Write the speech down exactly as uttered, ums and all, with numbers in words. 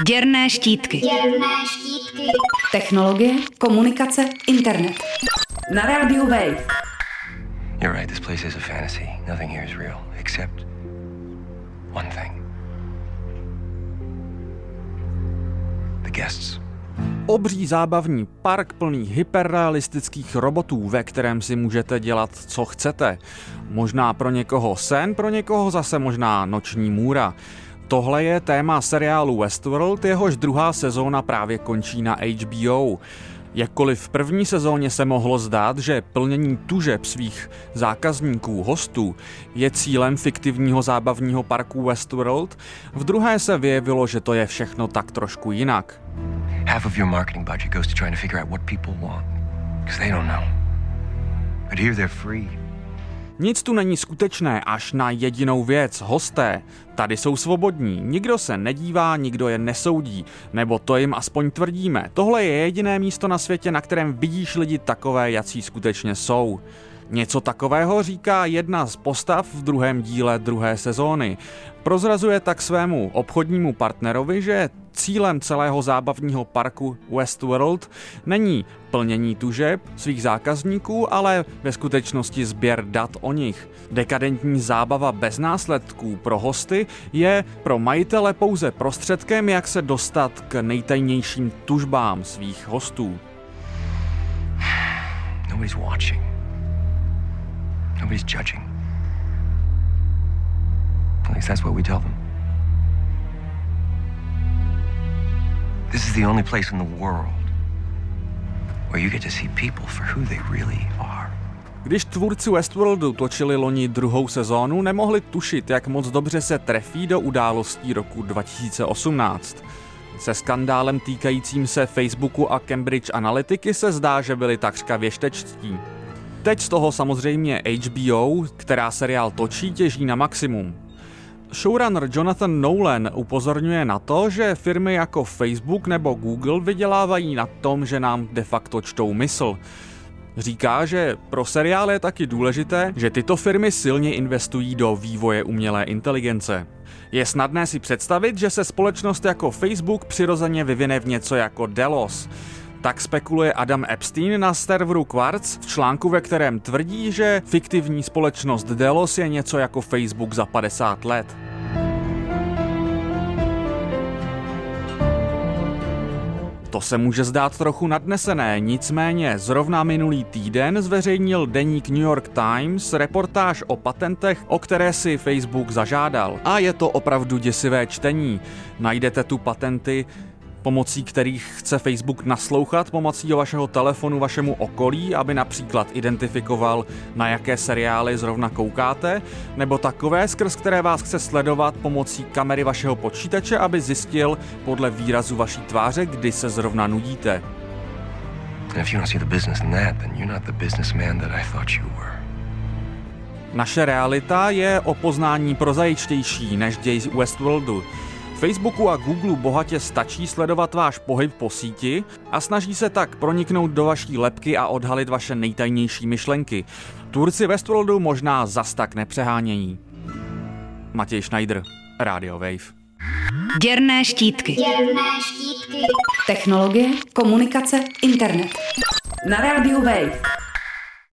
Děrné štítky. Děrné štítky. Technologie, komunikace, internet. Na rádiu Wave. You're right, this place is a fantasy. Nothing here is real, except one thing. The guests. Obří zábavní park plný hyperrealistických robotů, ve kterém si můžete dělat, co chcete. Možná pro někoho sen, pro někoho zase možná noční můra. Tohle je téma seriálu Westworld, jehož druhá sezóna právě končí na H B O. Jakkoliv v první sezóně se mohlo zdát, že plnění tužeb svých zákazníků, hostů, je cílem fiktivního zábavního parku Westworld, v druhé se vyjevilo, že to je všechno tak trošku jinak. Half of your marketing budget goes to trying to figure out what people want, because they don't know. But here they're free. Nic tu není skutečné až na jedinou věc, hosté. Tady jsou svobodní, nikdo se nedívá, nikdo je nesoudí, nebo to jim aspoň tvrdíme. Tohle je jediné místo na světě, na kterém vidíš lidi takové, jací skutečně jsou. Něco takového říká jedna z postav v druhém díle druhé sezóny. Prozrazuje tak svému obchodnímu partnerovi, že cílem celého zábavního parku Westworld není plnění tužeb svých zákazníků, ale ve skutečnosti sběr dat o nich. Dekadentní zábava bez následků pro hosty je pro majitele pouze prostředkem, jak se dostat k nejtajnějším tužbám svých hostů. Nobody's watching. Nobody's judging. At least that's what we tell them. This is the only place in the world where you get to see people for who they really are. Když tvůrci Westworldu točili loni druhou sezónu, nemohli tušit, jak moc dobře se trefí do událostí roku dva tisíce osmnáct. Se skandálem týkajícím se Facebooku a Cambridge Analytiky se zdá, že byli takřka věštečtí. Teď z toho samozřejmě H B O, která seriál točí, těží na maximum. Showrunner Jonathan Nolan upozorňuje na to, že firmy jako Facebook nebo Google vydělávají na tom, že nám de facto čtou mysl. Říká, že pro seriál je taky důležité, že tyto firmy silně investují do vývoje umělé inteligence. Je snadné si představit, že se společnost jako Facebook přirozeně vyvine v něco jako Delos. Tak spekuluje Adam Epstein na serveru Quartz v článku, ve kterém tvrdí, že fiktivní společnost Delos je něco jako Facebook za padesát let. To se může zdát trochu nadnesené, nicméně zrovna minulý týden zveřejnil deník New York Times reportáž o patentech, o které si Facebook zažádal. A je to opravdu děsivé čtení. Najdete tu patenty, pomocí kterých chce Facebook naslouchat pomocí vašeho telefonu vašemu okolí, aby například identifikoval, na jaké seriály zrovna koukáte, nebo takové, skrz které vás chce sledovat pomocí kamery vašeho počítače, aby zjistil podle výrazu vaší tváře, kdy se zrovna nudíte. Naše realita je o poznání prozaičtější než děj Westworldu. Facebooku a Google bohatě stačí sledovat váš pohyb po síti a snaží se tak proniknout do vaší lebky a odhalit vaše nejtajnější myšlenky. Tvůrci Westworldu možná zas tak nepřehánějí. Matěj Schneider, Radio Wave. Děrné štítky. Děrné štítky. Technologie, komunikace, internet. Na rádiu Wave.